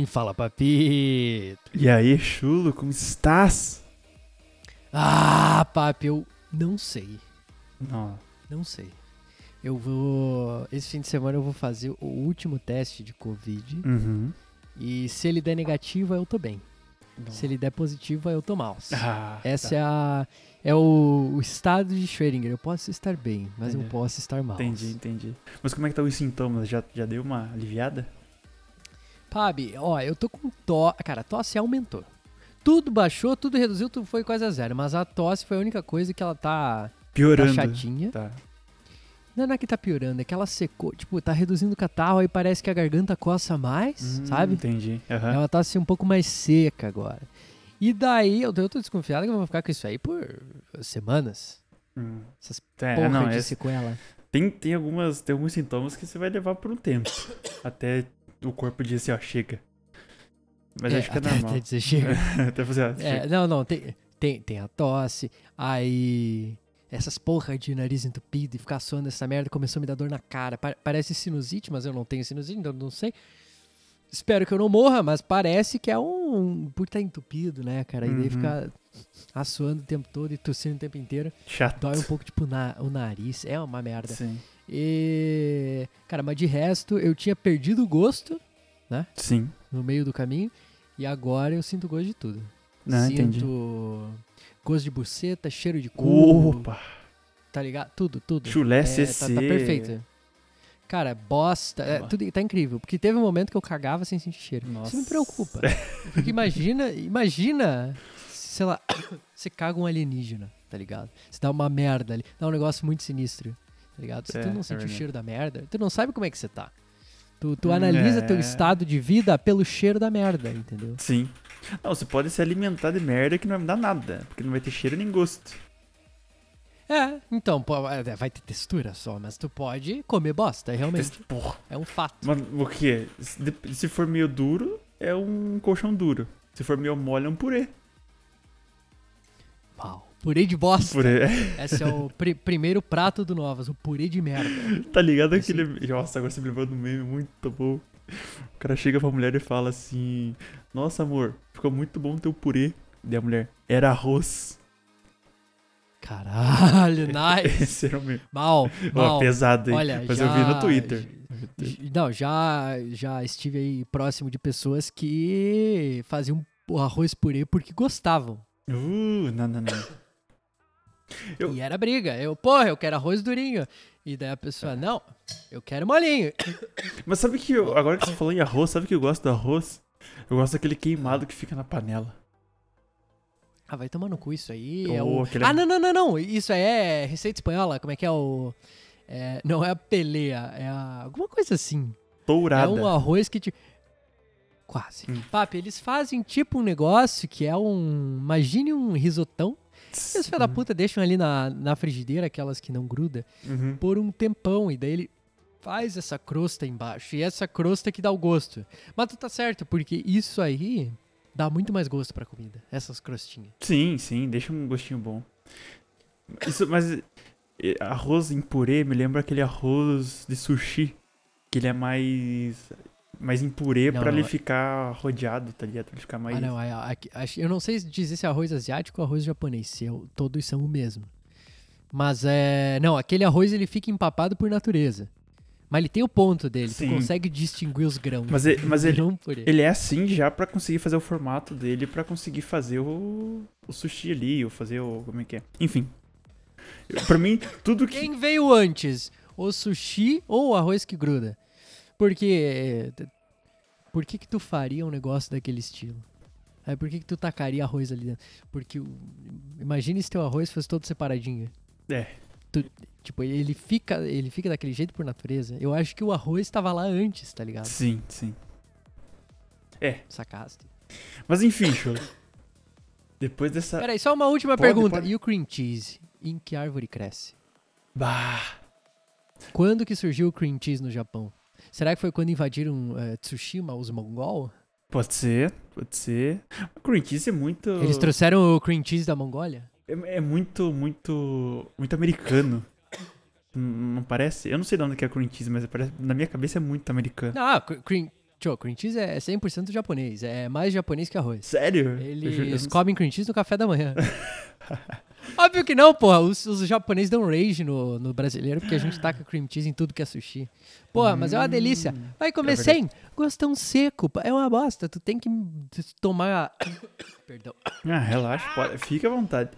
Fala, papito. E aí, chulo, como estás? Ah, papi, eu não sei. Não. Não sei. Esse fim de semana eu vou fazer o último teste de Covid. Uhum. E se ele der negativo, eu tô bem. Não. Se ele der positivo, eu tô mal. Essa É o estado de Schrödinger. Eu posso estar bem, mas eu Entendi. posso estar mal. Entendi. Mas como é que tá os sintomas? Já deu uma aliviada? Pabi, ó, eu tô com tosse. Cara, a tosse aumentou. Tudo baixou, tudo reduziu, tudo foi quase a zero. Mas a tosse foi a única coisa que ela tá Piorando. chatinha. Tá. Não é que tá piorando, é que ela secou. Tipo, tá reduzindo o catarro, aí parece que a garganta coça mais, sabe? Entendi. Uhum. Ela tá assim um pouco mais seca agora. E daí, eu tô desconfiado que eu vou ficar com isso aí por semanas. Essas porra de sequela. Tem alguns sintomas que você vai levar por um tempo. Até o corpo dizer assim, ó, chega. Mas acho que é normal. Até dizer chega. Até fazer, chega. Não, tem a tosse, aí essas porra de nariz entupido e ficar suando essa merda começou a me dar dor na cara. Parece sinusite, mas eu não tenho sinusite, então não sei. Espero que eu não morra, mas parece que é por estar entupido, né, cara? E daí ficar assoando o tempo todo e tossindo o tempo inteiro. Chato. Dói um pouco, tipo, o nariz. É uma merda. Sim. E... Cara, mas de resto, eu tinha perdido o gosto, né? Sim. No meio do caminho. E agora eu sinto gosto de tudo. Não, entendi. Sinto gosto de buceta, cheiro de cu. Opa! Tá ligado? Tudo. Chulé, Tá CC. perfeito. Cara, bosta. Tudo tá incrível. Porque teve um momento que eu cagava sem sentir cheiro. Nossa. Isso me preocupa. Porque imagina, sei lá, você caga um alienígena, tá ligado? Você dá uma merda ali. Dá um negócio muito sinistro, tá ligado? Se tu não sente o cheiro da merda, tu não sabe como é que você tá. Tu analisa teu estado de vida pelo cheiro da merda, entendeu? Sim. Não, você pode se alimentar de merda que não vai me dar nada. Porque não vai ter cheiro nem gosto. Então, vai ter textura só, mas tu pode comer bosta, realmente. Porra. É um fato. Mas o quê? Se for meio duro, é um colchão duro. Se for meio mole, é um purê. Uau. Purê de bosta. Purê. Esse é o primeiro prato do Novas, o purê de merda. Tá ligado aquele... Nossa, agora você me lembrou de um meme muito bom. O cara chega pra mulher e fala assim... Nossa, amor, ficou muito bom teu purê. E a mulher, era arroz. Caralho, nice. Esse era o meme. Mal. Pesado, hein? Olha, mas eu vi no Twitter. Não, já estive aí próximo de pessoas que faziam o arroz purê porque gostavam. Não. E era briga. Eu quero arroz durinho. E daí a pessoa, não, eu quero molinho. Mas sabe que agora que você falou em arroz, sabe que eu gosto do arroz? Eu gosto daquele queimado que fica na panela. Ah, vai tomar no cu isso aí. Não. Isso aí é receita espanhola. Como é que é o... não é a peleia, é alguma coisa assim. Dourada. É um arroz que te... Quase. Papi, eles fazem tipo um negócio que é imagine um risotão. E os filhos da puta deixam ali na frigideira, aquelas que não gruda, por um tempão. E daí ele faz essa crosta embaixo. E essa crosta que dá o gosto. Mas tu tá certo, porque isso aí dá muito mais gosto pra comida. Essas crostinhas. Sim, deixa um gostinho bom. Mas arroz em purê me lembra aquele arroz de sushi. Que ele é mais em purê pra ele ficar rodeado, tá ligado? Pra ele ficar mais... Eu não sei dizer se é arroz asiático ou arroz japonês. Todos são o mesmo. Mas aquele arroz ele fica empapado por natureza. Mas ele tem o ponto dele, Sim. Tu consegue distinguir os grãos. Mas ele é assim já pra conseguir fazer o formato dele, pra conseguir fazer o sushi ali, ou fazer o... Como é que é? Enfim. Pra mim, tudo que... Quem veio antes? O sushi ou o arroz que gruda? Porque... Por que tu faria um negócio daquele estilo? Por que tu tacaria arroz ali dentro? Porque... Imagine se teu arroz fosse todo separadinho. Tipo, ele fica daquele jeito por natureza. Eu acho que o arroz estava lá antes, tá ligado? Sim. Sacaste. Mas enfim, show. Depois dessa... Peraí, só uma última pergunta. E o cream cheese? Em que árvore cresce? Bah. Quando que surgiu o cream cheese no Japão? Será que foi quando invadiram Tsushima, os mongol? Pode ser. O cream cheese é muito... Eles trouxeram o cream cheese da Mongólia? É muito americano. Não parece? Eu não sei de onde que é cream cheese, mas parece, na minha cabeça é muito americano. Não, cream cheese é 100% japonês. É mais japonês que arroz. Sério? Eles comem cream cheese no café da manhã. Óbvio que não, porra. Os japoneses dão rage no brasileiro porque a gente taca cream cheese em tudo que é sushi. Porra, mas é uma delícia. Vai comer sem? Gostão seco. É uma bosta. Tu tem que tomar... Perdão. Relaxa. Fica à vontade.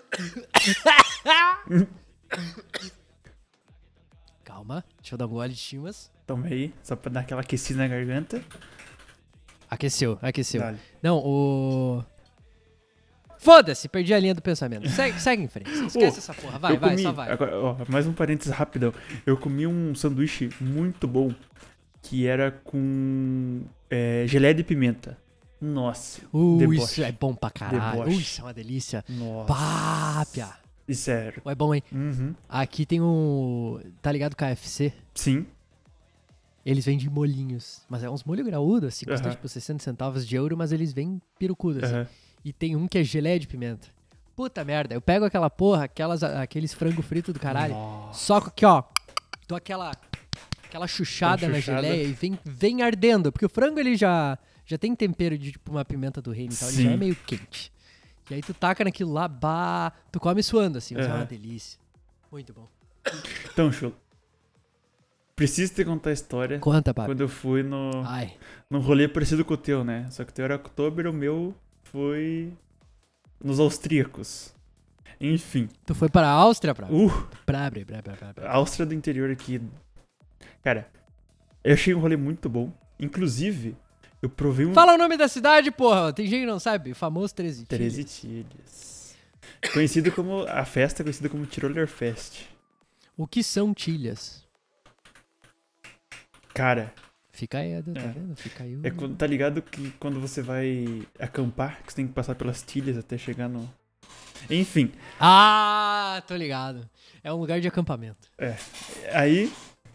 Calma. Deixa eu dar um gole de chimas. Toma aí, só pra dar aquela aquecida na garganta. Aqueceu. Dale. Não, Foda-se, perdi a linha do pensamento. Segue em frente. Esquece essa porra. Só vai. Agora, mais um parênteses rapidão. Eu comi um sanduíche muito bom que era com geleia de pimenta. Nossa. Isso é bom pra caralho. Isso é uma delícia. Nossa. Pápia. Isso é... É bom, hein? Uhum. Aqui tem tá ligado, KFC? Sim. Eles vendem molhinhos. Mas é uns molhos graúdos, assim. Custa tipo 60 centavos de euro, mas eles vêm pirucudos, assim. E tem um que é geleia de pimenta. Puta merda. Eu pego aquela porra, aqueles frango frito do caralho. Nossa. Só que aqui, ó. Dou aquela chuchada na geleia e vem ardendo. Porque o frango, ele já tem tempero de tipo uma pimenta do reino e tal. Ele já é meio quente. E aí tu taca naquilo lá, tu come suando, assim. Mas é uma delícia. Muito bom. Então, Chulo. Preciso te contar a história. Conta, papai. Quando eu fui num rolê parecido com o teu, né? Só que o teu era Oktober, o meu foi nos austríacos. Enfim. Tu foi para a Áustria, pra Áustria do interior aqui. Cara, eu achei um rolê muito bom. Inclusive, eu provei um... Fala o nome da cidade, porra. Tem gente que não sabe. O famoso 13 Tilhas. 13 Tilhas. Conhecido como... A festa é conhecida como Tiroler Fest. O que são tilhas? Cara... Fica aí, tá vendo? Fica aí. Tá ligado que quando você vai acampar, que você tem que passar pelas tilhas até chegar no... Enfim. Ah, tô ligado. É um lugar de acampamento. Aí...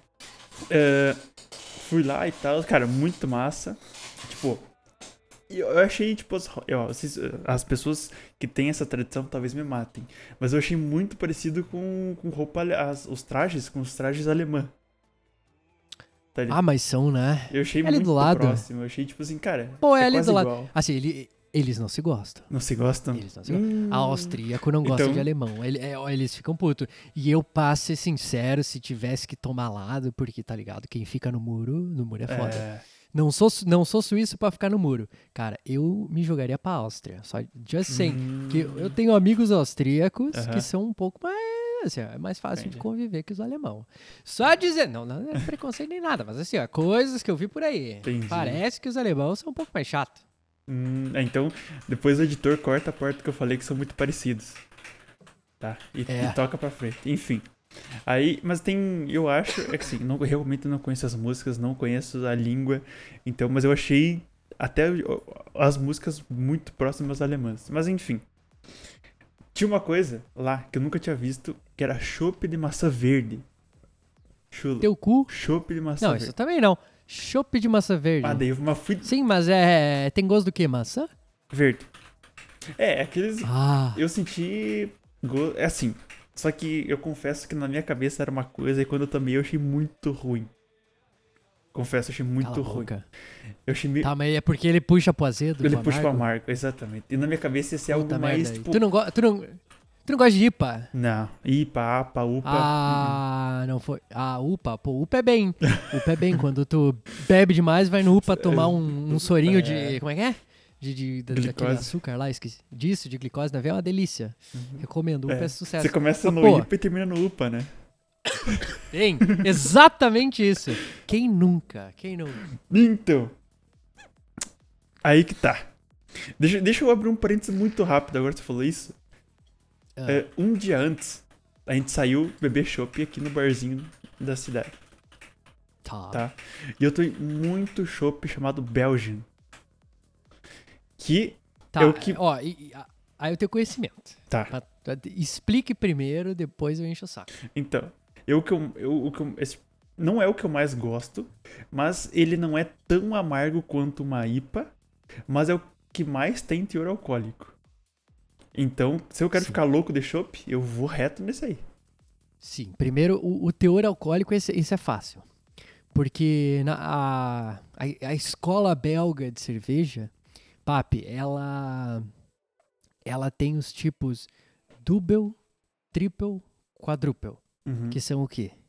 fui lá e tal. Cara, muito massa. Tipo... Eu achei, tipo... As pessoas que têm essa tradição talvez me matem. Mas eu achei muito parecido com roupa... Os trajes, com os trajes alemãs. Mas são, né? Eu achei ali muito do lado. próximo. Eu achei, tipo assim, cara... Pô, é ali quase do lado. igual. Assim, eles não se gostam. Não se gostam? Eles não se gostam. A austríaco não gosta de alemão. Eles ficam putos. E eu, pra ser sincero, se tivesse que tomar lado, porque, tá ligado? Quem fica no muro é foda. Não sou suíço pra ficar no muro. Cara, eu me jogaria pra Áustria. Só just saying. Que eu tenho amigos austríacos que são um pouco mais... Assim, é mais fácil de conviver que os alemão. Só dizer, não é preconceito nem nada, mas assim, coisas que eu vi por aí. Entendi. Parece que os alemãos são um pouco mais chatos. Então, depois o editor corta a parte que eu falei que são muito parecidos. Tá? E toca pra frente. Enfim. Aí, mas eu acho, que assim, realmente não conheço as músicas, não conheço a língua, então, mas eu achei até as músicas muito próximas alemãs. Mas enfim. Tinha uma coisa lá que eu nunca tinha visto, que era chopp de massa verde. Chulo. Teu cu? Chopp de massa verde. Não, isso também não. Chopp de massa verde. Daí uma fui... Sim, mas tem gosto do quê? Maçã? Verde. Aqueles... Eu senti... É assim. Só que eu confesso que na minha cabeça era uma coisa e quando eu tomei eu achei muito ruim. Confesso, achei muito ruim. Eu achei meio... Tá, mas é porque ele puxa pro azedo? Ele puxa pro amargo, exatamente. E na minha cabeça ia ser algo mais... Tipo... Tu não gosta de IPA? Não. IPA, APA, UPA. Não foi. UPA. Pô, UPA é bem. UPA é bem. Quando tu bebe demais, vai no UPA tomar um sorinho de... Como é que é? Daquele açúcar lá, esqueci. Disso, de glicose na veia, é uma delícia. Recomendo. UPA é sucesso. Você começa no IPA e termina no UPA, né? Tem. Exatamente isso. Quem nunca? Então. Aí que tá. Deixa eu abrir um parênteses muito rápido agora que você falou isso. Um dia antes, a gente saiu beber chopp aqui no barzinho da cidade. Tá? E eu tomei muito chopp chamado Belgian. Que é o que... Aí eu tenho conhecimento. Tá. Explique primeiro, depois eu encho o saco. Então, não é o que eu mais gosto, mas ele não é tão amargo quanto uma IPA, mas é o que mais tem teor alcoólico. Então, se eu quero ficar louco de chopp, eu vou reto nesse aí. Sim, primeiro o teor alcoólico, esse é fácil. porque a escola belga de cerveja, papi, ela tem os tipos double, triple, quadruple, que são o quê?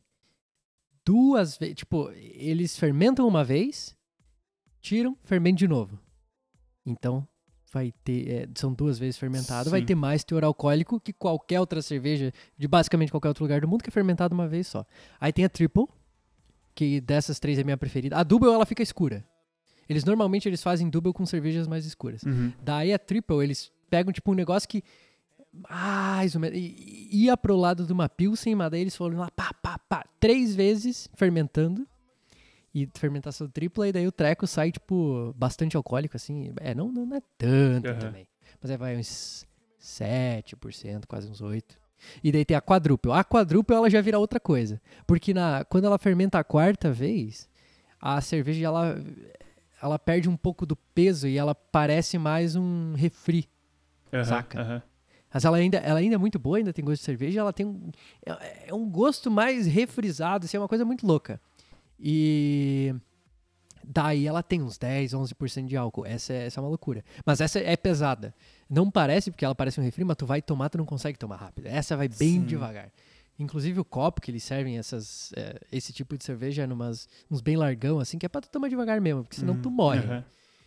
2 vezes, tipo, eles fermentam uma vez, tiram, fermentam de novo. Então, vai ter, são 2 vezes fermentado, Sim. vai ter mais teor alcoólico que qualquer outra cerveja de basicamente qualquer outro lugar do mundo que é fermentado uma vez só. Aí tem a triple, que dessas 3 é a minha preferida. A double, ela fica escura. Normalmente eles fazem double com cervejas mais escuras. Daí a triple, eles pegam tipo um negócio que mais ou menos ia pro lado de uma pilsen, mas daí eles foram lá, 3 vezes fermentando. E fermentação tripla, e daí o treco sai, tipo, bastante alcoólico, assim. Não é tanto também. Mas aí vai uns 7%, quase uns 8%. E daí tem a quadruple. A quadruple, ela já vira outra coisa. Porque quando ela fermenta a 4ª vez, a cerveja, ela perde um pouco do peso e ela parece mais um refri, saca? Mas ela ainda é muito boa, ainda tem gosto de cerveja, ela tem um gosto mais refrisado, assim, é uma coisa muito louca. E daí ela tem uns 10, 11% de álcool. Essa é uma loucura. Mas essa é pesada. Não parece, porque ela parece um refri, mas tu vai tomar, tu não consegue tomar rápido. Essa vai bem devagar. Inclusive o copo que eles servem esse tipo de cerveja é uns bem largão, assim, que é pra tu tomar devagar mesmo, porque senão tu morre.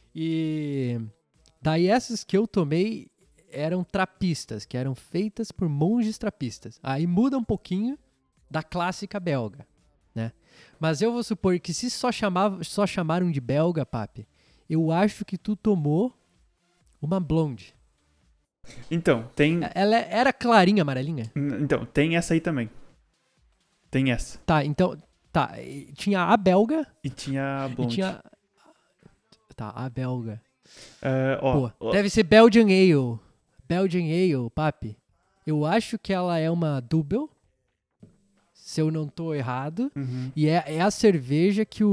E daí essas que eu tomei eram trapistas, que eram feitas por monges trapistas. Aí muda um pouquinho da clássica belga, né? Mas eu vou supor que se só chamaram de belga, papi, eu acho que tu tomou uma blonde. Então, tem... Ela era clarinha, amarelinha? Então, tem essa aí também. Tem essa. Tá, então... Tá, tinha a belga... E tinha a blonde. Tá, a belga. Pô, deve ser Belgian Ale. Belgian Ale, papi. Eu acho que ela é uma double, se eu não tô errado. E é a cerveja que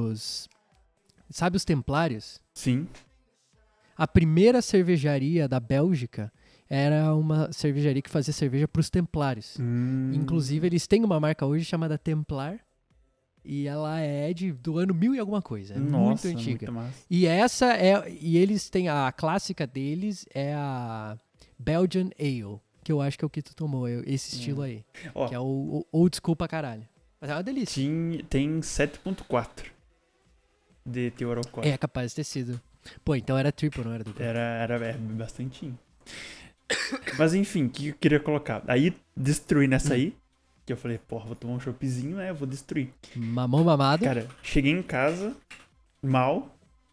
sabe os Templários? Sim. A primeira cervejaria da Bélgica era uma cervejaria que fazia cerveja pros Templários. Inclusive, eles têm uma marca hoje chamada Templar. E ela é do ano 1000 e alguma coisa. É muito antiga. Muito massa. E e eles têm a clássica deles, é a Belgian Ale. Que eu acho que é o que tu tomou, esse estilo aí. Que é o old school pra caralho. Mas é uma delícia. Tem 7.4 de teor alcoólico. É capaz de ter sido. Pô, então era triple, não era duplo? Era bastantinho. Mas enfim, o que eu queria colocar? Aí, destruí nessa aí. Que eu falei, porra, vou tomar um choppzinho, né? Eu vou destruir. Mamão mamado. Cara, cheguei em casa, mal.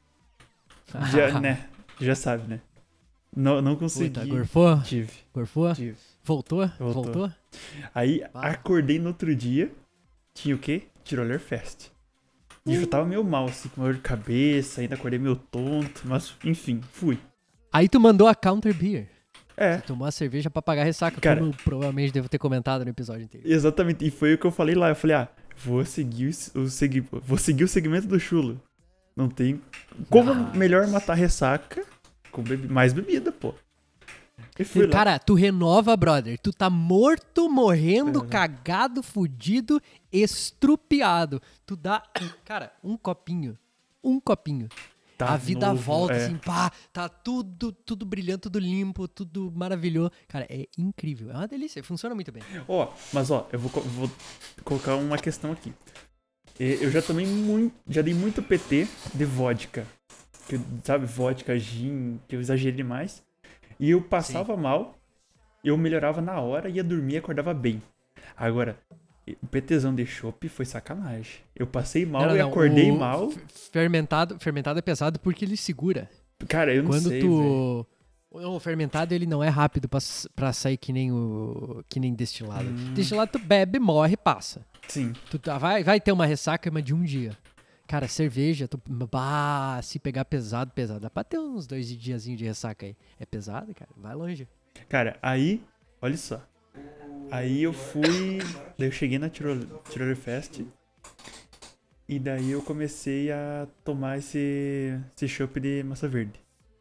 Já sabe, né? Não consegui. Puta, gorfou? Tive. Gorfou? Tive. Voltou? Aí, acordei no outro dia, tinha o quê? Tiroler Fest. E eu já tava meio mal, assim, com dor de cabeça, ainda acordei meio tonto, mas enfim, fui. Aí tu mandou a Counter Beer. É. Você tomou a cerveja pra pagar ressaca, cara, como provavelmente devo ter comentado no episódio inteiro. Exatamente, e foi o que eu falei lá. Eu falei, vou seguir o segmento do chulo. Não tem como melhor matar ressaca com mais bebida, pô. E fui lá. Cara, tu renova, brother. Tu tá morto, morrendo, cagado, fudido, estrupiado. Tu dá, cara, um copinho. Tá a vida novo, volta, assim, pá, tá tudo brilhando, tudo limpo, tudo maravilhoso. Cara, é incrível, é uma delícia, funciona muito bem. Mas eu vou colocar uma questão aqui. Eu já dei muito PT de vodka. Sabe, vodka, gin, que eu exagerei demais. E eu passava mal, eu melhorava na hora, ia dormir e acordava bem. Agora, o PTzão de chopp foi sacanagem. Eu passei mal e acordei mal. Fermentado é pesado porque ele segura. Cara, eu não sei, velho. O fermentado, ele não é rápido pra sair que nem destilado. Destilado, tu bebe, morre, passa. Sim. Tu vai ter uma ressaca, mas de um dia. Cara, cerveja, se pegar pesado. Dá pra ter uns 2 diazinhos de ressaca aí. É pesado, cara? Vai longe. Cara, aí, olha só. Aí eu fui... Daí eu cheguei na Tiroler Fest. E daí eu comecei a tomar esse chopp de massa verde.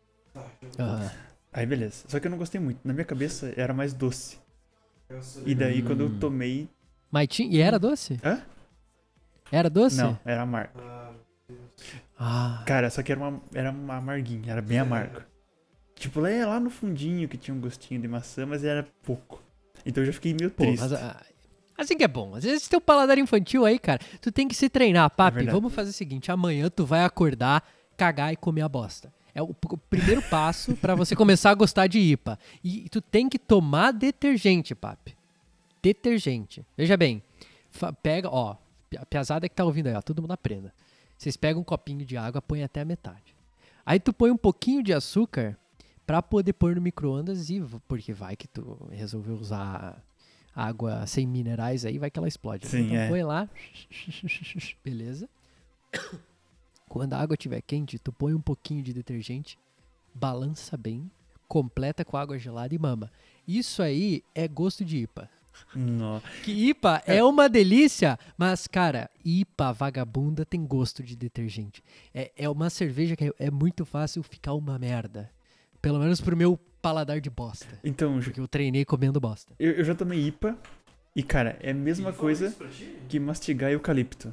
Aí beleza. Só que eu não gostei muito. Na minha cabeça era mais doce. E daí quando eu tomei... Mas e era doce? Hã? Era doce? Não, era amargo. Ah. Cara, só que era uma amarguinha, era bem amargo. Tipo, lá no fundinho que tinha um gostinho de maçã, mas era pouco. Então eu já fiquei meio triste. Mas assim que é bom. Às vezes teu paladar infantil aí, cara, tu tem que se treinar, papi. Vamos fazer o seguinte, amanhã tu vai acordar, cagar e comer a bosta. É o primeiro passo pra você começar a gostar de IPA. E tu tem que tomar detergente, papi. Detergente. Veja bem, pega, ó, a piazada que tá ouvindo aí, ó, todo mundo aprenda. Vocês pegam um copinho de água, põe até a metade. Aí tu põe um pouquinho de açúcar pra poder pôr no micro-ondas porque vai que tu resolveu usar água sem minerais aí, vai que ela explode. Sim, então põe lá, beleza. Quando a água estiver quente, tu põe um pouquinho de detergente, balança bem, completa com água gelada e mama. Isso aí é gosto de IPA. Nossa. Que IPA é uma delícia, mas, cara, IPA vagabunda tem gosto de detergente. É uma cerveja que é muito fácil ficar uma merda. Pelo menos pro meu paladar de bosta. Então, porque eu treinei comendo bosta. Eu já tomei IPA e, cara, é a mesma coisa que mastigar eucalipto.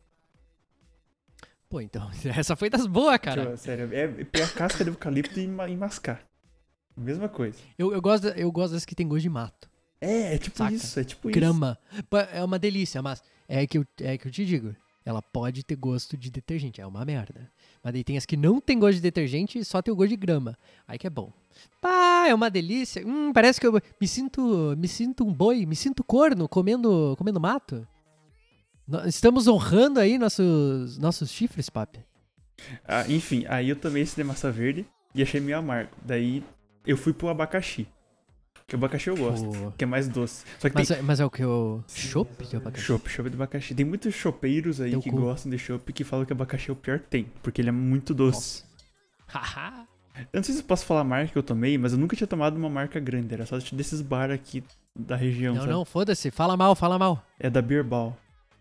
Pô, então, essa foi das boas, cara. Tipo, sério, é pegar a casca de eucalipto e mascar. Mesma coisa. Eu gosto das que tem gosto de mato. É tipo Saca? isso, é tipo Grama. Pô, é uma delícia, mas é que eu te digo. Ela pode ter gosto de detergente, é uma merda. Mas daí tem as que não tem gosto de detergente e só tem o gosto de grama. Aí que é bom. Pá, é uma delícia. Parece que eu me sinto um boi, me sinto corno comendo mato. Estamos honrando aí nossos chifres, papi. Enfim, aí eu tomei esse de massa verde e achei meio amargo. Daí eu fui pro abacaxi. Que o abacaxi eu gosto, que é mais doce. Só que mas é o que? O chopp de abacaxi? Chopp de abacaxi. Tem muitos chopeiros aí que gostam de chopp que falam que abacaxi é o pior que tem, porque ele é muito doce. Haha. Eu não sei se eu posso falar a marca que eu tomei, mas eu nunca tinha tomado uma marca grande. Era só desses bar aqui da região, Não, sabe? não, foda-se. Fala mal. É da Beerball.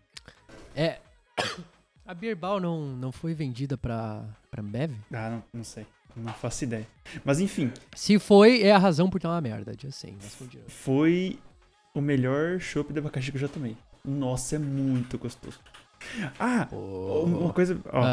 A Beerball não foi vendida pra Ambev? Não sei. Não faço ideia. Mas enfim. Se foi, é a razão por ter uma merda. Foi o melhor chopp de abacaxi que eu já tomei. Nossa, é muito gostoso. Uma coisa...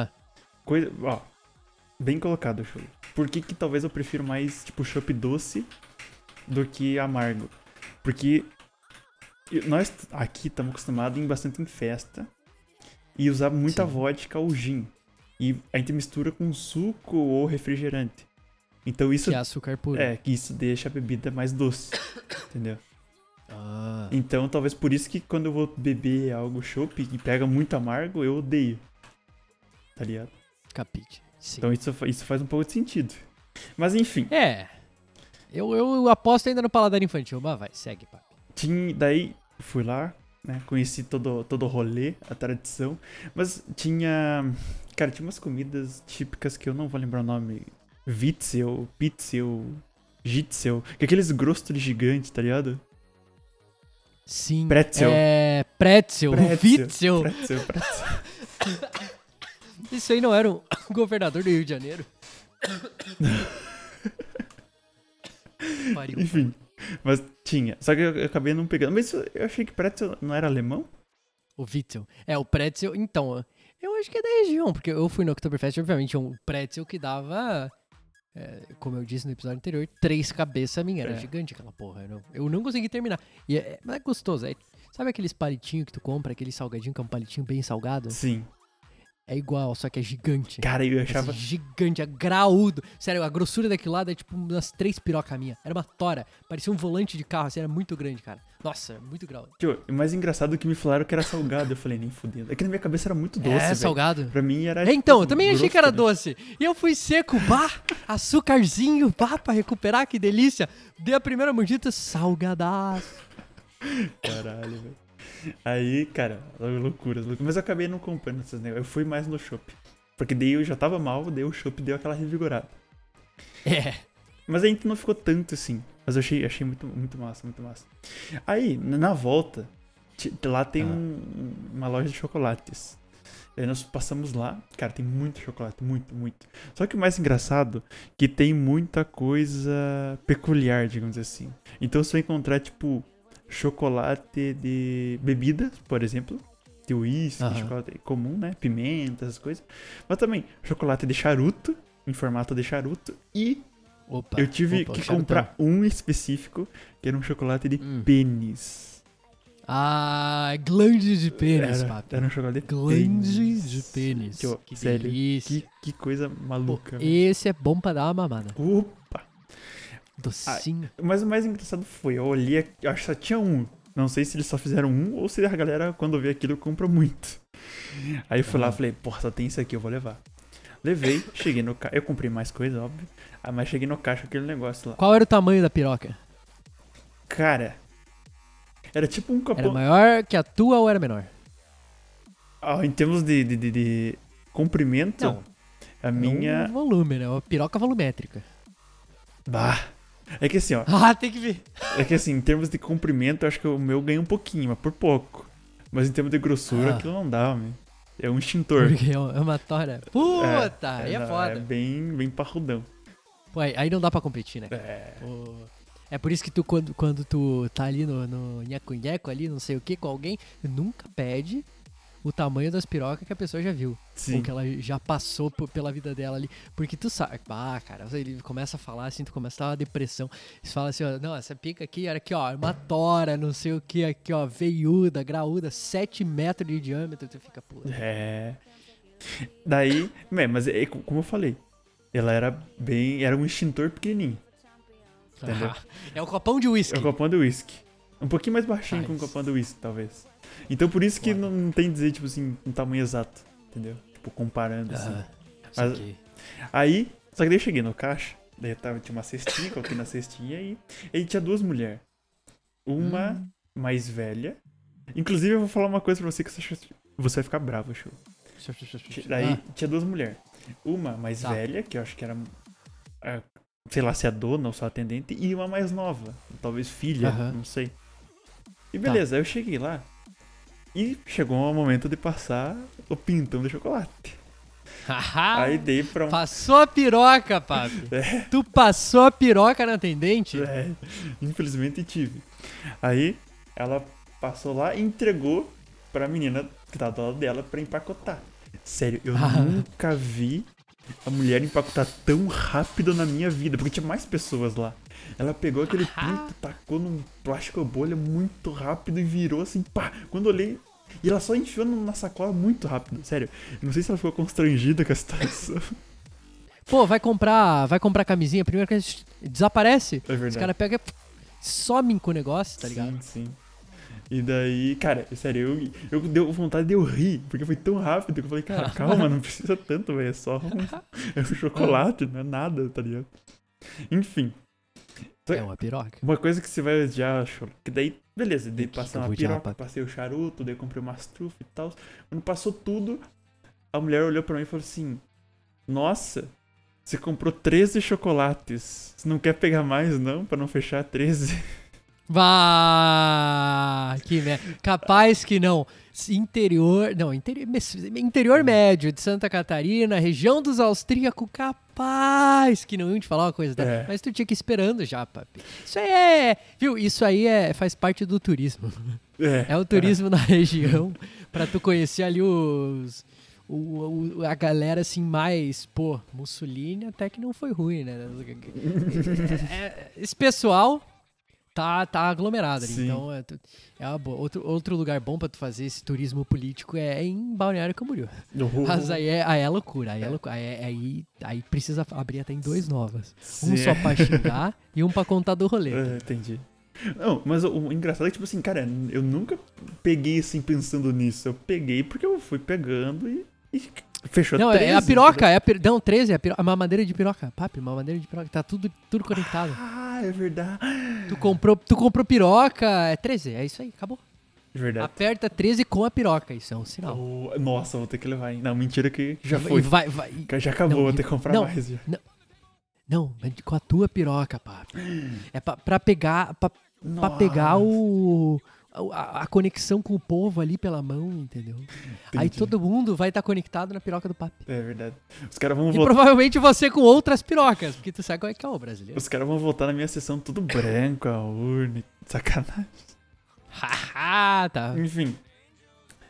Bem colocado, show. Por que talvez eu prefiro mais, tipo, chopp doce do que amargo? Porque nós aqui estamos acostumados bastante em festa e usar muita vodka ou gin. E a gente mistura com suco ou refrigerante. Então isso... Que é açúcar puro. Que isso deixa a bebida mais doce. Entendeu? Então talvez por isso que quando eu vou beber algo chopp e pega muito amargo, eu odeio. Tá ligado? Capite. Sim. Então isso faz um pouco de sentido. Mas enfim. Eu aposto ainda no paladar infantil. Mas vai, segue, papi. Daí fui lá, né? Conheci todo o rolê, a tradição. Mas tinha... Cara, tinha umas comidas típicas que eu não vou lembrar o nome. Witzel, Pitzel, Jitzel. Que é aqueles grostos gigante, tá ligado? Sim. Pretzel. Pretzel. Witzel. Pretzel. Isso aí não era um governador do Rio de Janeiro? Pariu. Enfim, mas tinha. Só que eu acabei não pegando. Mas eu achei que pretzel não era alemão? O Witzel. O pretzel, então, eu acho que é da região, porque eu fui no Oktoberfest, obviamente, um pretzel que dava, como eu disse no episódio anterior, 3 cabeças minhas. Era gigante aquela porra. Eu não consegui terminar. Mas é gostoso. Sabe aqueles palitinhos que tu compra, aquele salgadinho que é um palitinho bem salgado? Sim. É igual, só que é gigante. Cara, eu achava... Gigante, é graúdo. Sério, a grossura daquilo lá é tipo umas 3 pirocas minhas. Era uma tora. Parecia um volante de carro, assim, era muito grande, cara. Nossa, muito graúdo. Tio, o mais engraçado é que me falaram que era salgado. Eu falei, nem fudendo. É que na minha cabeça era muito doce, velho. Salgado. Pra mim era... Então, eu também achei que era doce. E eu fui seco, açúcarzinho, pra recuperar, que delícia. Dei a primeira mordida, salgadaço. Caralho, velho. Aí, cara, loucuras. Mas eu acabei não comprando esses negócios. Eu fui mais no chopp. Porque daí eu já tava mal, daí o chopp deu aquela revigorada. Mas a gente não ficou tanto assim. Mas eu achei muito, muito massa, muito massa. Aí, na volta, lá tem uma loja de chocolates. Aí nós passamos lá. Cara, tem muito chocolate, muito, muito. Só que o mais engraçado é que tem muita coisa peculiar, digamos assim. Então você vai encontrar, tipo... chocolate de bebidas, por exemplo. de uísque, chocolate comum, né? Pimenta, essas coisas. Mas também chocolate de charuto, em formato de charuto. E eu tive que comprar um específico, que era um chocolate de pênis. Glande de pênis, papi. Era um chocolate de glande de pênis. Que sério, delícia. Que coisa maluca. Esse é bom pra dar uma mamada. Opa! Docinho. Mas o mais engraçado foi, eu olhei, acho que só tinha um. Não sei se eles só fizeram um ou se a galera, quando vê aquilo, compra muito. Aí eu fui lá e falei, porra, só tem isso aqui, eu vou levar. Levei, cheguei no caixa. Eu comprei mais coisa, óbvio. Mas cheguei no caixa, aquele negócio lá. Qual era o tamanho da piroca? Cara, era tipo um copão. Era maior que a tua ou era menor? Em termos de comprimento, não. A minha... volume, né? Uma piroca volumétrica. Bah. É que assim, ó. Tem que ver. É que assim, em termos de comprimento, eu acho que o meu ganha um pouquinho, mas por pouco. Mas em termos de grossura, aquilo não dá, meu. É um extintor. Porque é uma tora. Puta, aí é foda. É bem parrudão. Pô, aí não dá pra competir, né? É por isso que tu, quando tu tá ali no nheco-nheco ali, não sei o que, com alguém, nunca pede o tamanho das pirocas que a pessoa já viu. Sim. Ou que ela já passou pela vida dela ali. Porque tu sabe, cara, ele começa a falar assim, tu começa a dar uma depressão. Você fala assim, ó, não, essa pica aqui era aqui, ó, uma tora, não sei o que, aqui, ó, veiuda, graúda, 7 metros de diâmetro, tu fica, pô. Daí, mas como eu falei, ela era um extintor pequenininho. Entendeu? É um copão de uísque. É um copão de uísque. Um pouquinho mais baixinho que um copão de uísque, talvez. Então por isso que não tem dizer, tipo assim, um tamanho exato, entendeu? Tipo, comparando assim. Mas, aí, só que daí eu cheguei no caixa, daí tinha uma cestinha, coloquei na cestinha e aí tinha 2 mulheres. Uma mais velha. Inclusive eu vou falar uma coisa pra você que você vai ficar bravo, show. Daí tinha 2 mulheres. Uma mais velha, que eu acho que era... sei lá se é dona ou só atendente, e uma mais nova, talvez filha, não sei. E beleza, aí eu cheguei lá e chegou o momento de passar o pintão de chocolate. Aí dei pra Passou a piroca, papi. Tu passou a piroca na atendente? Infelizmente tive. Aí ela passou lá e entregou pra menina que tava do lado dela pra empacotar. Sério, eu nunca vi a mulher empacotar tão rápido na minha vida, porque tinha mais pessoas lá. Ela pegou aquele pinto, tacou num plástico bolha muito rápido e virou assim, pá. Quando eu olhei, e ela só enfiou na sacola muito rápido, sério. Eu não sei se ela ficou constrangida com a situação. Pô, vai comprar camisinha, primeiro que desaparece. É verdade. Os caras pegam e somem com o negócio, tá ligado? Sim. E daí, cara, sério, eu deu vontade de eu rir, porque foi tão rápido que eu falei, cara, calma, não precisa tanto, velho, é só um chocolate, não é nada, tá ligado? Enfim. É uma piroca. Uma coisa que você vai odiar, acho, que daí, beleza, daí passei uma piroca, passei o charuto, daí comprei umas trufas e tal. Quando passou tudo, a mulher olhou pra mim e falou assim, nossa, você comprou 13 chocolates, você não quer pegar mais não, pra não fechar 13? Que merda. Capaz que não. Interior médio de Santa Catarina, região dos austríacos, capaz que não iam te falar uma coisa dessa. Mas tu tinha que ir esperando já, papi. Isso aí viu? Isso aí faz parte do turismo. É o turismo na região, pra tu conhecer ali a galera assim mais, Mussolini até que não foi ruim, né? Esse pessoal tá aglomerado ali. Sim. Então é uma boa. Outro lugar bom pra tu fazer esse turismo político é em Balneário Camboriú. Mas aí é loucura. Aí precisa abrir até em 2 novas. Sim. Um só pra xingar e um pra contar do rolê. Entendi. Não, mas o engraçado é que, tipo assim, cara, eu nunca peguei assim pensando nisso. Eu peguei porque eu fui pegando e fechou 13. Não, é a piroca. Não, 13 é a mamadeira de piroca. Papi, mamadeira de piroca. Tá tudo conectado. É verdade. Tu comprou piroca, é 13, é isso aí, acabou. É verdade. Aperta 13 com a piroca, isso é um sinal. Nossa, vou ter que levar, hein? Não, mentira que já foi. Já acabou, vou ter que comprar mais. Não, mas com a tua piroca, papi. É pra pegar, pra pegar a conexão com o povo ali pela mão, entendeu? Entendi. Aí todo mundo vai estar conectado na piroca do papi. É verdade. Os caras vão voltar. E provavelmente você com outras pirocas, porque tu sabe qual é que é o brasileiro. Os caras vão voltar na minha sessão tudo branco, a urna, sacanagem. Tá. Enfim.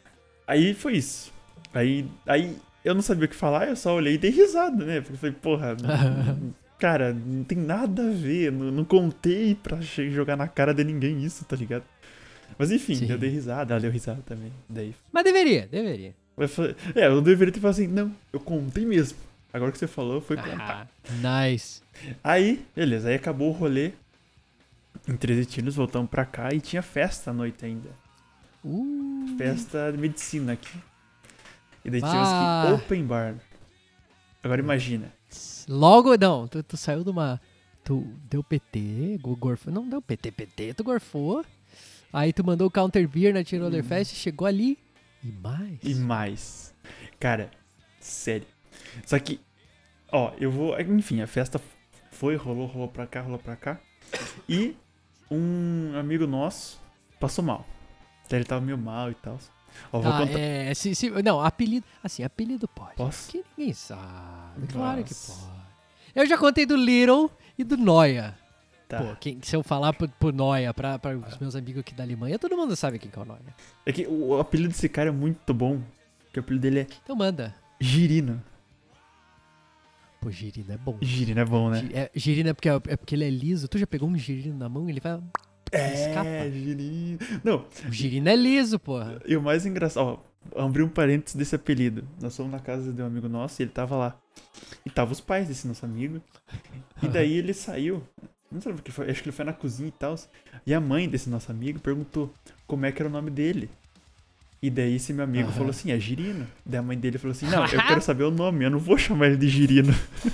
Aí foi isso. Aí eu não sabia o que falar, eu só olhei e dei risada, né? Porque eu falei, porra, cara, não tem nada a ver. Não contei pra jogar na cara de ninguém isso, tá ligado? Mas enfim, Sim. eu dei risada, ela deu risada também. Daí. Mas deveria. Eu não deveria ter falado assim, não, eu contei mesmo. Agora que você falou, foi contar. Nice. Aí, beleza, aí acabou o rolê. Em 13 tiros, voltamos pra cá e tinha festa à noite ainda. Festa de medicina aqui. E daí tivemos que open bar. Agora imagina. Logo, não, tu saiu de uma... Tu deu PT, gorfou... Não deu PT, tu gorfou. Aí tu mandou o Counter Beer na Tiroler Fest, chegou ali e mais. Cara, sério. Só que, ó, eu vou... Enfim, a festa rolou pra cá. E um amigo nosso passou mal. Ele tava meio mal e tal. Ó, vou contar. Não, apelido pode. Posso? Que ninguém sabe. Claro que pode. Eu já contei do Little e do Noia. Tá. Pô, se eu falar pro Noia, pra os meus amigos aqui da Alemanha, todo mundo sabe quem que é o Noia. É que o apelido desse cara é muito bom. Que o apelido dele é Então manda. Girino. Pô, girino é bom. Girino é bom, né? Girino é porque ele é liso. Tu já pegou um girino na mão e ele vai... escapa. Girino. Não. O girino é liso, porra. E o mais engraçado... Ó, abri um parênteses desse apelido. Nós fomos na casa de um amigo nosso e ele tava lá. E tava os pais desse nosso amigo. E daí ele saiu... Não sei o que foi. Acho que ele foi na cozinha e tal. E a mãe desse nosso amigo perguntou como é que era o nome dele. E daí esse meu amigo falou assim, é Girino. Daí a mãe dele falou assim, não, eu quero saber o nome, eu não vou chamar ele de Girino.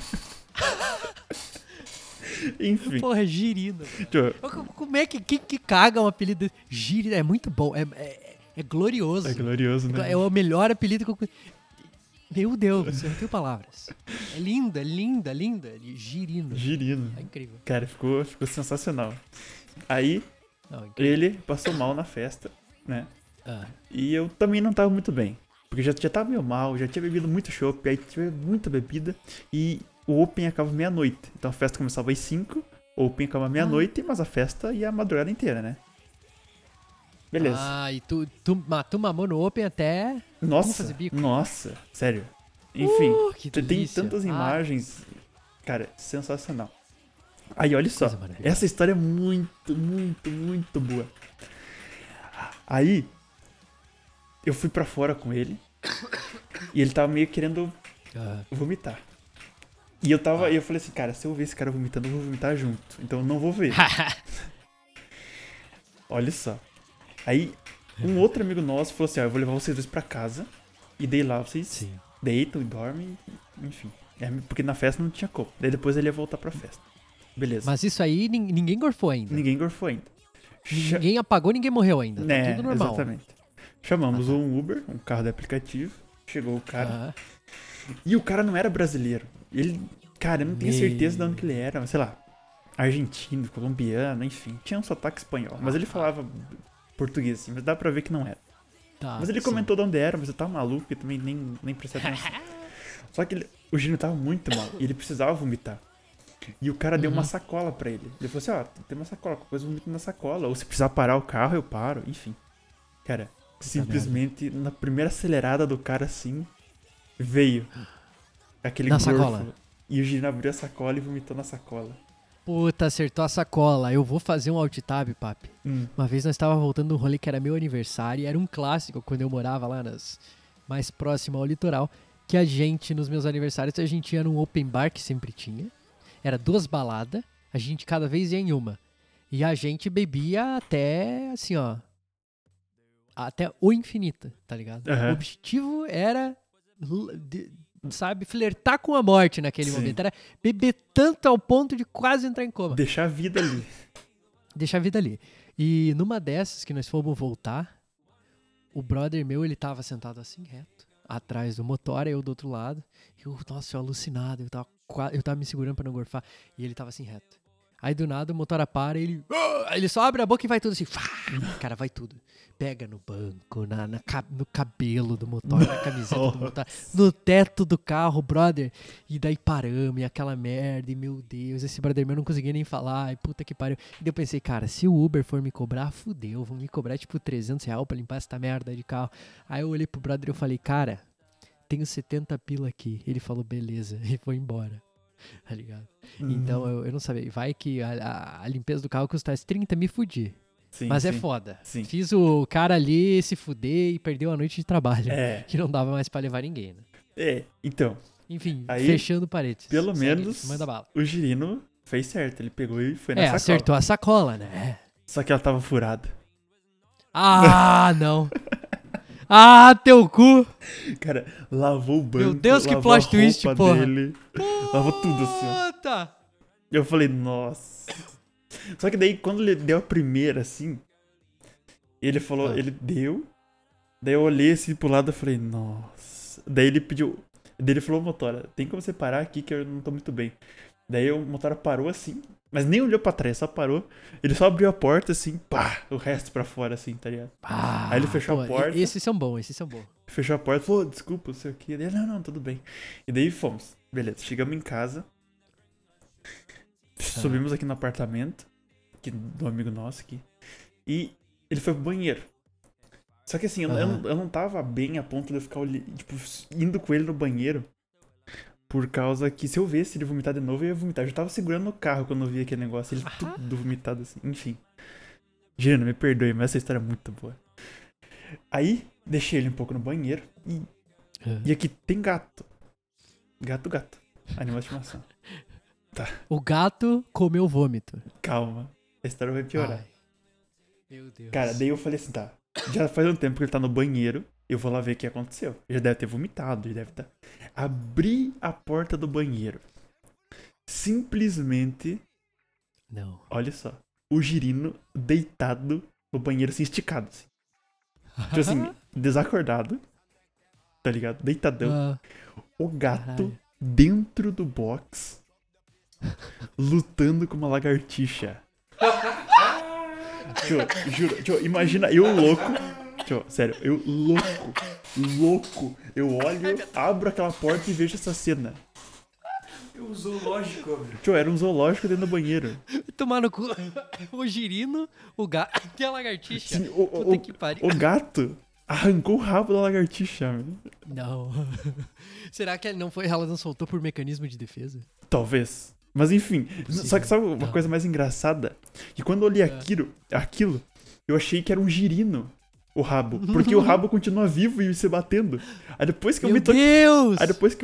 Enfim. Porra, girino. Como é que caga um apelido? Girino é muito bom, é glorioso. É glorioso, né? É o melhor apelido que eu... Meu Deus, eu não tenho palavras. É linda. Girino. Girino. É incrível. Cara, ficou sensacional. Aí, ele passou mal na festa, né? E eu também não tava muito bem. Porque já tava meio mal, já tinha bebido muito chopp, aí tive muita bebida. E o Open acaba meia-noite. Então a festa começava às 5, o Open acaba meia-noite, mas a festa ia a madrugada inteira, né? Beleza. E tu mamou no Open até... Nossa, sério. Enfim, que tem delícia. tantas imagens. Cara, sensacional. Aí, olha só. Essa história é muito, muito, muito boa. Aí, eu fui pra fora com ele. E ele tava meio querendo vomitar. E eu falei assim, cara, se eu ver esse cara vomitando, eu vou vomitar junto. Então eu não vou ver. Olha só. Aí, um outro amigo nosso falou assim, eu vou levar vocês dois pra casa. E daí lá vocês deitam e dormem, enfim. Porque na festa não tinha como. Daí depois ele ia voltar pra festa. Beleza. Mas isso aí ninguém gorfou ainda. Ninguém gorfou ainda. Ninguém apagou, ninguém morreu ainda. Tá tudo normal. Exatamente. Chamamos um Uber, um carro de aplicativo. Chegou o cara. E o cara não era brasileiro. Ele, cara, eu não tenho certeza de onde que ele era. Mas, sei lá, argentino, colombiano, enfim. Tinha um sotaque espanhol. Mas ele falava português, assim. Mas dá pra ver que não era. Mas ele comentou de onde era, mas eu tava maluco e também nem prestei atenção. Só que o Gino tava muito mal e ele precisava vomitar. E o cara deu uma sacola pra ele. Ele falou assim, tem uma sacola, qualquer coisa eu vomito na sacola. Ou se precisar parar o carro, eu paro. Enfim. Cara, simplesmente na primeira acelerada do cara assim, veio aquele gorfo. Sacola. E o Gino abriu a sacola e vomitou na sacola. Puta, acertou a sacola. Eu vou fazer um alt-tab, papi. Uma vez nós tava voltando de um rolê que era meu aniversário. E era um clássico quando eu morava lá mais próximo ao litoral. Que a gente, nos meus aniversários, a gente ia num open bar que sempre tinha. Era 2 baladas. A gente cada vez ia em uma. E a gente bebia até, assim, ó. Até o infinito, tá ligado? O objetivo era... sabe, flertar com a morte naquele momento. Era beber tanto ao ponto de quase entrar em coma. Deixar a vida ali. E numa dessas que nós fomos voltar, o brother meu, ele tava sentado assim, reto, atrás do motor, eu do outro lado. Eu alucinado, eu tava me segurando pra não gorfar. E ele tava assim, reto. Aí do nada o motora para e ele só abre a boca e vai tudo assim. Cara, vai tudo. Pega no banco, no cabelo do motor, na camiseta do motor, no teto do carro, brother. E daí paramos, e aquela merda, e meu Deus, esse brother meu não conseguia nem falar, e puta que pariu. E daí eu pensei, cara, se o Uber for me cobrar, fudeu, vão me cobrar tipo R$300 pra limpar essa merda de carro. Aí eu olhei pro brother e eu falei, cara, tenho 70 pila aqui. Ele falou, beleza, e foi embora. Tá ligado? Então eu não sabia. Vai que a limpeza do carro custasse 30, me fudi. Sim, mas sim, é foda. Sim. Fiz o cara ali se fuder e perdeu a noite de trabalho. É. Que não dava mais pra levar ninguém, né? Então. Enfim, aí, fechando parênteses. Pelo menos manda bala. O Girino fez certo. Ele pegou e foi na sacola. Acertou a sacola, né? Só que ela tava furada. Ah, não. Ah, teu cu! Cara, lavou o banco. Meu Deus, que plot twist, porra. Dele, lavou tudo assim. Puta! Eu falei, nossa. Só que daí, quando ele deu a primeira, assim, ele falou, ele deu. Daí eu olhei assim pro lado e falei, nossa. Daí ele pediu. Daí ele falou, motora, tem como você parar aqui que eu não tô muito bem. Daí o motora parou assim, mas nem olhou pra trás, só parou. Ele só abriu a porta assim, pá, o resto pra fora assim, tá ligado? Aí ele fechou a porta. Esses são bons. Fechou a porta, falou, desculpa, não sei o que. Ele, não, tudo bem. E daí fomos. Beleza, chegamos em casa. Subimos aqui no apartamento, do amigo nosso aqui. E ele foi pro banheiro. Só que assim, eu não tava bem a ponto de eu ficar tipo, indo com ele no banheiro. Por causa que se eu visse ele vomitar de novo, eu ia vomitar. Eu já tava segurando no carro quando eu vi aquele negócio. Ele tudo vomitado assim. Enfim. Gina, me perdoe, mas essa história é muito boa. Aí, deixei ele um pouco no banheiro. E aqui tem gato. Gato. Animal de estimação. Tá. O gato comeu vômito. Calma. A história vai piorar. Ai. Meu Deus. Cara, daí eu falei assim, tá. Já faz um tempo que ele tá no banheiro. Eu vou lá ver o que aconteceu. Ele já deve ter vomitado, já deve estar. Abri a porta do banheiro. Simplesmente. Não. Olha só. O Girino deitado no banheiro, assim, esticado. Assim. Tipo assim, desacordado. Tá ligado? Deitadão. O gato dentro do box. Lutando com uma lagartixa. Juro, imagina eu louco. Sério, eu louco. Eu olho, abro aquela porta e vejo essa cena. Um zoológico. Era um zoológico dentro do banheiro. Tomar no cu. O Girino, o gato e a lagartixa. Sim, Puta que pariu. O gato arrancou o rabo da lagartixa, meu. Não. Será que não foi? Ela não soltou por mecanismo de defesa? Talvez. Mas enfim, só que sabe uma coisa mais engraçada? Que quando eu olhei aquilo, eu achei que era um girino o rabo. Porque o rabo continua vivo e se batendo. Aí depois que eu Meu Deus!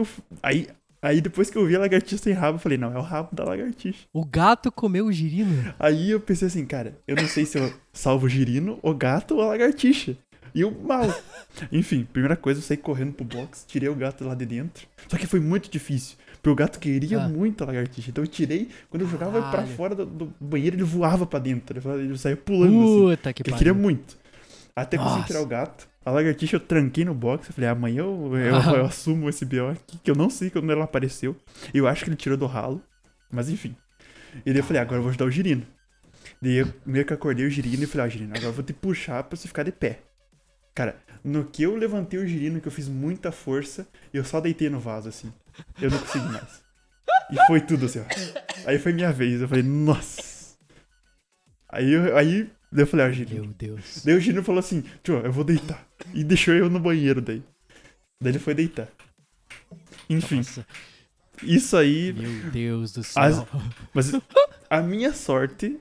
Aí depois que eu vi a lagartixa sem rabo, eu falei, não, é o rabo da lagartixa. O gato comeu o girino? Aí eu pensei assim, cara, eu não sei se eu salvo o girino, o gato ou a lagartixa. E eu mal. Enfim, primeira coisa, eu saí correndo pro box, tirei o gato lá de dentro. Só que foi muito difícil. Porque o gato queria muito a lagartixa. Então eu tirei, quando eu jogava pra fora do banheiro, ele voava pra dentro. Ele saía pulando Puta assim. Que ele pariu. queria muito. Até consegui tirar o gato. A lagartixa eu tranquei no box. Eu falei, amanhã eu assumo esse BO aqui, que eu não sei quando ela apareceu. Eu acho que ele tirou do ralo. Mas enfim. E daí eu falei, agora eu vou ajudar o girino. Daí eu meio que acordei o girino e falei, girino, agora eu vou te puxar pra você ficar de pé. Cara, no que eu levantei o girino, que eu fiz muita força, eu só deitei no vaso, assim. Eu não consegui mais. E foi tudo assim, ó. Aí foi minha vez. Eu falei, nossa. Aí eu falei, Girino. Meu Deus. Daí o Girino falou assim, eu vou deitar. E deixou eu no banheiro daí. Daí ele foi deitar. Enfim. Nossa. Isso aí... Meu Deus do céu. Mas a minha sorte...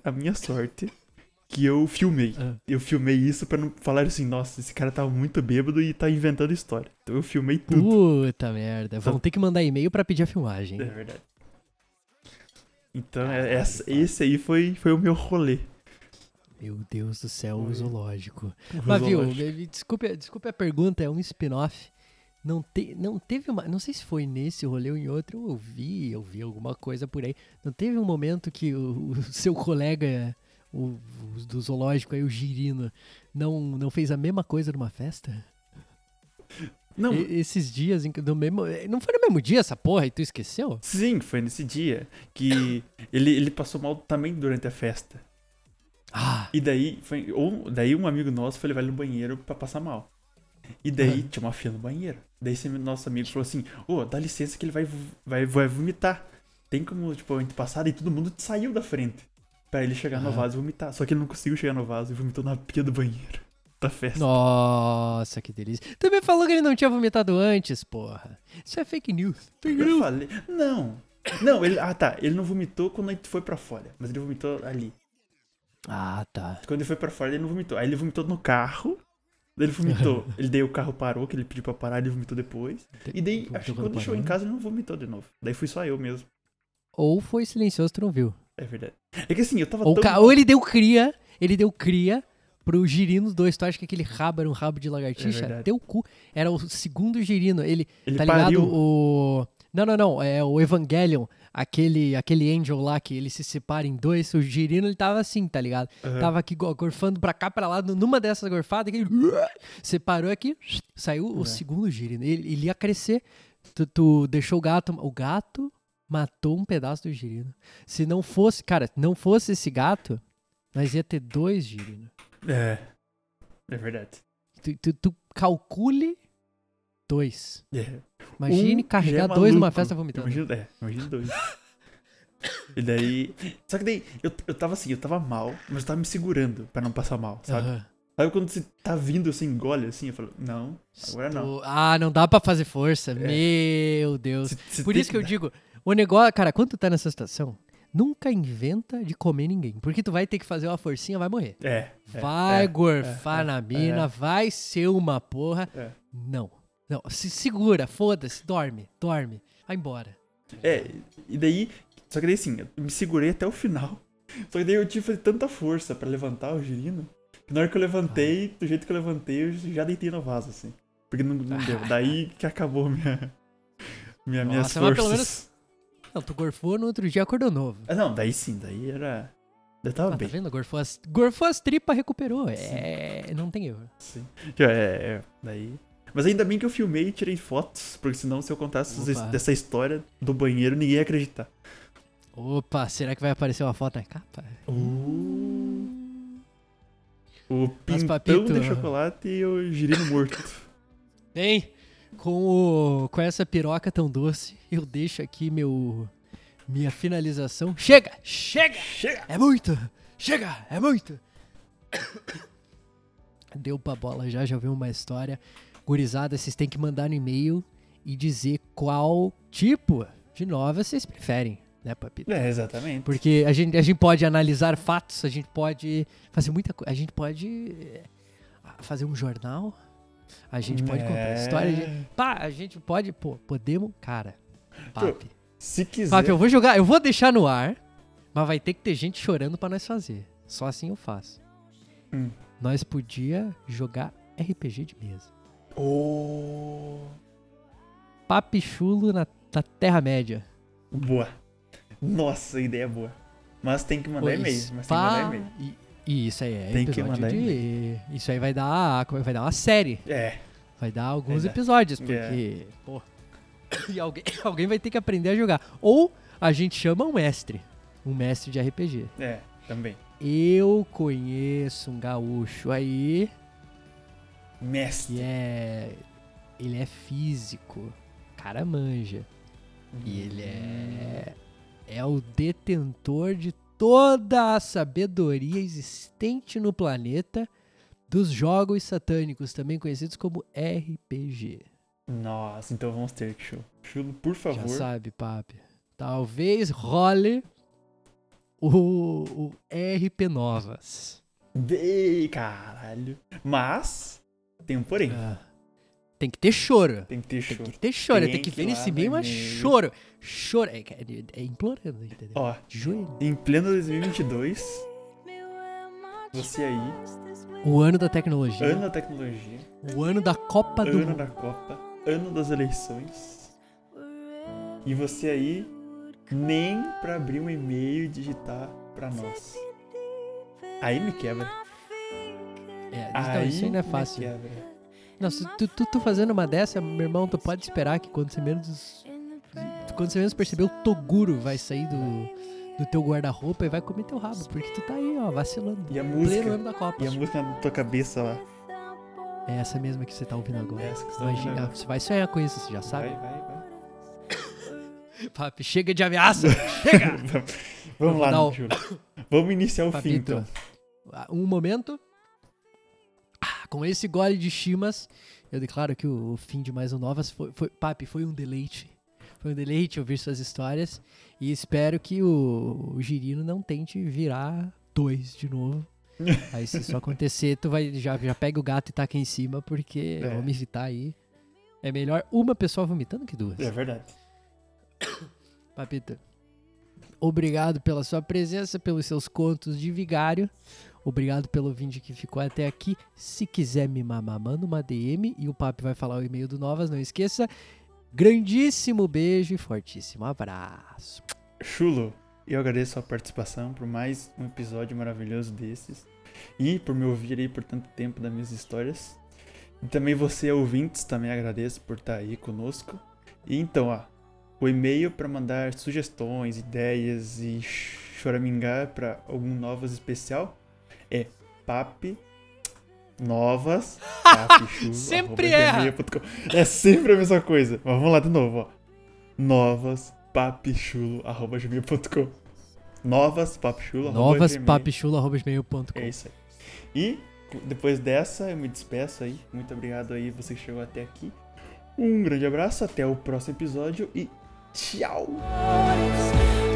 Que eu filmei. Eu filmei isso pra não falar assim, nossa, esse cara tava muito bêbado e tá inventando história. Então eu filmei tudo. Puta merda. Vão ter que mandar e-mail pra pedir a filmagem. É verdade. Então esse aí foi o meu rolê. Meu Deus do céu, o zoológico. Mas viu, desculpe a pergunta, é um spin-off. Não teve uma... Não sei se foi nesse rolê ou em outro, eu ouvi alguma coisa por aí. Não teve um momento que o seu colega... O do zoológico aí, o Girino, não fez a mesma coisa numa festa? Não. Esses dias, não foi no mesmo dia essa porra e tu esqueceu? Sim, foi nesse dia que ele passou mal também durante a festa. Ah, E daí um amigo nosso foi levar ele no banheiro pra passar mal. E daí tinha uma fila no banheiro. Daí esse nosso amigo falou assim, dá licença que ele vai vomitar. Tem como, tipo, a gente passar, e todo mundo saiu da frente pra ele chegar no vaso e vomitar. Só que ele não conseguiu chegar no vaso e vomitou na pia do banheiro da festa. nossa, que delícia. Também falou que ele não tinha vomitado antes, porra. Isso é fake news. Eu falei, não, ele, ele não vomitou quando a gente foi pra fora, mas ele vomitou ali. Ah, tá. Quando ele foi pra fora, ele não vomitou. Aí ele vomitou no carro. Daí ele vomitou. Daí o carro parou, que ele pediu pra parar, ele vomitou depois. E daí, acho que quando ele chegou em casa, ele não vomitou de novo. Daí fui só eu mesmo. Ou foi silencioso, tu não viu. É verdade. É que assim, eu tava Ou ele deu cria pro girino 2. Tu acha que aquele rabo era um rabo de lagartixa? verdade. Teu cu. Era o segundo girino. Ele tá pariu. ligado? Não. É o Evangelion. Aquele Angel lá que ele se separa em 2. O girino, ele tava assim, tá ligado? Tava aqui gorfando pra cá, pra lá. Numa dessas gorfadas, que ele separou aqui. Saiu o segundo girino. Ele ia crescer. Tu deixou o gato... O gato matou um pedaço do girino. Se não fosse... Cara, não fosse esse gato, nós ia ter 2 girinos. É verdade. Tu calcule 2. Imagine Um carregar já é 2 numa maluco. festa vomitando. Imagina 2. E daí... Só que daí, eu tava assim, eu tava mal, mas eu tava me segurando pra não passar mal, sabe? Aham. Sabe quando você tá vindo, você engole assim? Eu falo, não, agora não. Não dá pra fazer força. Meu Deus. Você Por tem isso que eu digo, o negócio... Cara, quando tu tá nessa situação, nunca inventa de comer ninguém. Porque tu vai ter que fazer uma forcinha, vai morrer. Vai gorfar na mina, vai ser uma porra. Não, se segura, foda-se, dorme. Vai embora. E daí... Só que daí assim, eu me segurei até o final. Só que daí eu tive que fazer tanta força pra levantar o girino, que na hora que eu levantei, do jeito que eu levantei, eu já deitei no vaso, assim. Porque não deu. Daí que acabou minhas Nossa, mas pelo forças. Não, tu gorfou, no outro dia acordou novo. Não, daí sim, daí era... Daí tava bem. Tá vendo? Gorfou as tripas, recuperou. Não tem erro. Sim. Daí... Mas ainda bem que eu filmei e tirei fotos, porque senão se eu contasse dessa história do banheiro, ninguém ia acreditar. Opa, será que vai aparecer uma foto na capa? O pintão de chocolate e o girino morto. Bem, com essa piroca tão doce, eu deixo aqui minha finalização. Chega! É muito! É muito! Deu pra bola já ouviu uma história. Gurizada, vocês têm que mandar no e-mail e dizer qual tipo de nova vocês preferem, né, Papito? Exatamente. Porque a gente pode analisar fatos, a gente pode fazer muita coisa. A gente pode fazer um jornal, a gente pode contar história. A gente pode, podemos... Cara, Papi. Se quiser... Papi, eu vou deixar no ar, mas vai ter que ter gente chorando pra nós fazer. Só assim eu faço. Nós podia jogar RPG de mesa. Papi chulo na Terra-média. Boa. Nossa, ideia boa. Mas tem que mandar e-mail. E isso aí é tem episódio que mandar e-mail. Isso aí vai dar uma série. Vai dar alguns episódios, porque... Pô, e alguém vai ter que aprender a jogar. Ou a gente chama um mestre de RPG. Também. Eu conheço um gaúcho aí... Mestre. Ele é físico. Cara manja. E ele é o detentor de toda a sabedoria existente no planeta dos jogos satânicos, também conhecidos como RPG. Nossa, então vamos ter que show. Chulo, por favor. Já sabe, Papi. Talvez role o RP Novas. Caralho. Mas... Tem um porém. Tem que ter choro. Tem que ter choro. Tem que ver nesse meio, mas choro. Choro. É implorando, entendeu? Ó, de joelho. Em pleno 2022, você aí... O ano da tecnologia. Ano da tecnologia. O ano da Copa do Mundo. Ano da Copa. Ano das eleições. E você aí, nem pra abrir um e-mail e digitar pra nós. Aí me quebra. Então, isso aí não é fácil. Não, se tu fazendo uma dessa, meu irmão, tu pode esperar que quando você menos perceber, o Toguro vai sair do teu guarda-roupa e vai comer teu rabo, porque tu tá aí, ó, vacilando. E a Pleno música? ano da Copa. E a música na tua cabeça lá? É essa mesma que você tá ouvindo agora. É essa que você tá ouvindo Imagina, agora. você vai sonhar com isso, você já sabe. Vai. Papi, chega de ameaça! Chega! Vamos lá, Dar o- Júlio. Vamos iniciar o fim, Papito, então. um momento. Com esse gole de chimas, eu declaro que o fim de mais um Novas foi um deleite. Foi um deleite ouvir suas histórias. E espero que o Girino não tente virar 2 de novo. Aí se isso acontecer, tu vai já pega o gato e taca em cima, porque vamos evitar aí. É melhor uma pessoa vomitando que 2. É verdade. Papito, obrigado pela sua presença, pelos seus contos de vigário. Obrigado pelo vídeo que ficou até aqui. Se quiser me mamar, manda uma DM e o Papi vai falar o e-mail do Novas, não esqueça. Grandíssimo beijo e fortíssimo abraço. Chulo, eu agradeço a participação por mais um episódio maravilhoso desses. E por me ouvir aí por tanto tempo das minhas histórias. E também você, ouvintes, também agradeço por estar aí conosco. E então, o e-mail para mandar sugestões, ideias e choramingar para algum Novas especial é papichulo. Sempre erra. É sempre a mesma coisa. Mas vamos lá de novo, ó. novaspapichulo@gmail.com. novaspapichulo@gmail.com. É isso aí. E depois dessa eu me despeço aí. Muito obrigado aí você que chegou até aqui. Um grande abraço, até o próximo episódio e tchau!